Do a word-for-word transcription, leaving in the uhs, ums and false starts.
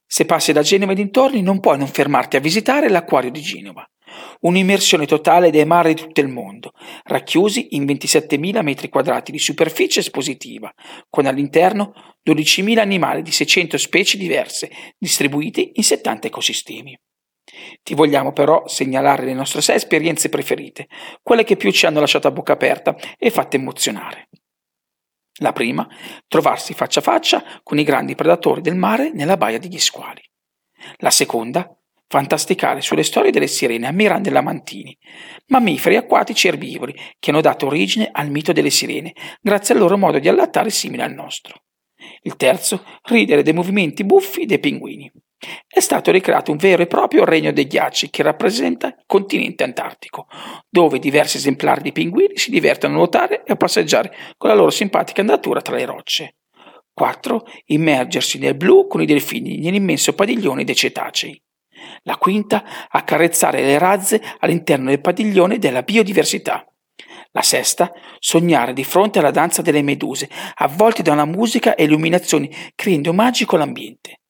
Se passi da Genova e dintorni non puoi non fermarti a visitare l'acquario di Genova. Un'immersione totale dei mari di tutto il mondo, racchiusi in ventisettemila metri quadrati di superficie espositiva, con all'interno dodicimila animali di seicento specie diverse, distribuiti in settanta ecosistemi. Ti vogliamo però segnalare le nostre sei esperienze preferite, quelle che più ci hanno lasciato a bocca aperta e fatto emozionare. La prima, trovarsi faccia a faccia con i grandi predatori del mare nella baia degli Squali. La seconda, fantasticare sulle storie delle sirene ammirando i lamantini, mammiferi acquatici erbivori che hanno dato origine al mito delle sirene grazie al loro modo di allattare simile al nostro. Il terzo, ridere dei movimenti buffi dei pinguini. È stato ricreato un vero e proprio regno dei ghiacci che rappresenta il continente antartico, dove diversi esemplari di pinguini si divertono a nuotare e a passeggiare con la loro simpatica andatura tra le rocce. quattro. Immergersi nel blu con i delfini nell'immenso padiglione dei cetacei. La quinta, accarezzare le razze all'interno del padiglione della biodiversità. La sesta, sognare di fronte alla danza delle meduse, avvolti da una musica e illuminazioni che rende magico l'ambiente.